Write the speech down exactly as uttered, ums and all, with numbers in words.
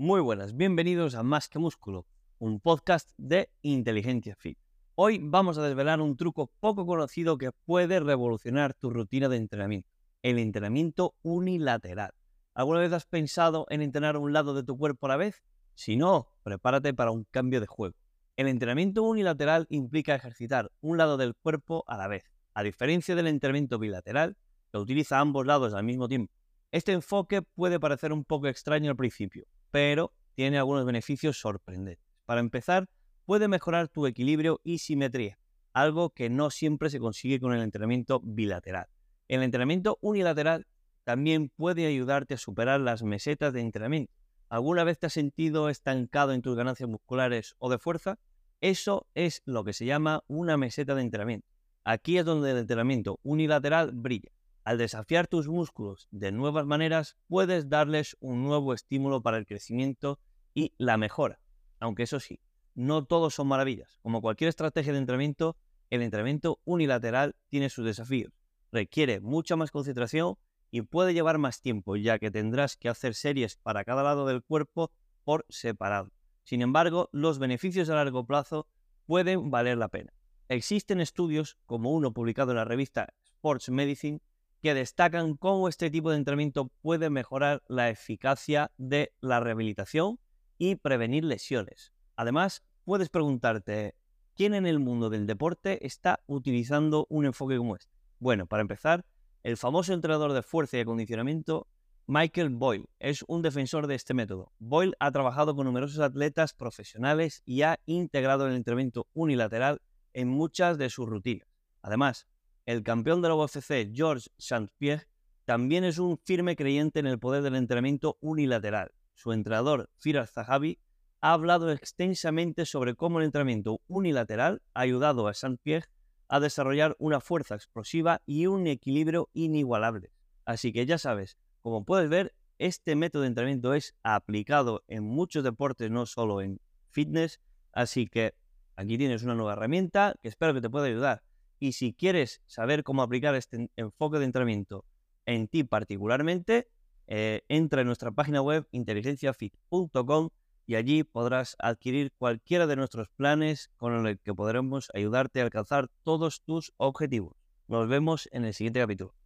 Muy buenas, bienvenidos a Más que Músculo, un podcast de Inteligencia Fit. Hoy vamos a desvelar un truco poco conocido que puede revolucionar tu rutina de entrenamiento, el entrenamiento unilateral. ¿Alguna vez has pensado en entrenar un lado de tu cuerpo a la vez? Si no, prepárate para un cambio de juego. El entrenamiento unilateral implica ejercitar un lado del cuerpo a la vez, a diferencia del entrenamiento bilateral, que utiliza ambos lados al mismo tiempo. Este enfoque puede parecer un poco extraño al principio, pero tiene algunos beneficios sorprendentes. Para empezar, puede mejorar tu equilibrio y simetría, algo que no siempre se consigue con el entrenamiento bilateral. El entrenamiento unilateral también puede ayudarte a superar las mesetas de entrenamiento. ¿Alguna vez te has sentido estancado en tus ganancias musculares o de fuerza? Eso es lo que se llama una meseta de entrenamiento. Aquí es donde el entrenamiento unilateral brilla. Al desafiar tus músculos de nuevas maneras, puedes darles un nuevo estímulo para el crecimiento y la mejora. Aunque eso sí, no todos son maravillas. Como cualquier estrategia de entrenamiento, el entrenamiento unilateral tiene sus desafíos. Requiere mucha más concentración y puede llevar más tiempo, ya que tendrás que hacer series para cada lado del cuerpo por separado. Sin embargo, los beneficios a largo plazo pueden valer la pena. Existen estudios, como uno publicado en la revista Sports Medicine, que destacan cómo este tipo de entrenamiento puede mejorar la eficacia de la rehabilitación y prevenir lesiones. Además, puedes preguntarte, ¿quién en el mundo del deporte está utilizando un enfoque como este? Bueno, para empezar, el famoso entrenador de fuerza y acondicionamiento Michael Boyle es un defensor de este método. Boyle ha trabajado con numerosos atletas profesionales y ha integrado el entrenamiento unilateral en muchas de sus rutinas. Además, el campeón de la U F C, Georges St-Pierre, también es un firme creyente en el poder del entrenamiento unilateral. Su entrenador, Firas Zahabi, ha hablado extensamente sobre cómo el entrenamiento unilateral ha ayudado a St-Pierre a desarrollar una fuerza explosiva y un equilibrio inigualable. Así que ya sabes, como puedes ver, este método de entrenamiento es aplicado en muchos deportes, no solo en fitness. Así que aquí tienes una nueva herramienta que espero que te pueda ayudar. Y si quieres saber cómo aplicar este enfoque de entrenamiento en ti particularmente, eh, entra en nuestra página web inteligencia fit punto com y allí podrás adquirir cualquiera de nuestros planes con el que podremos ayudarte a alcanzar todos tus objetivos. Nos vemos en el siguiente capítulo.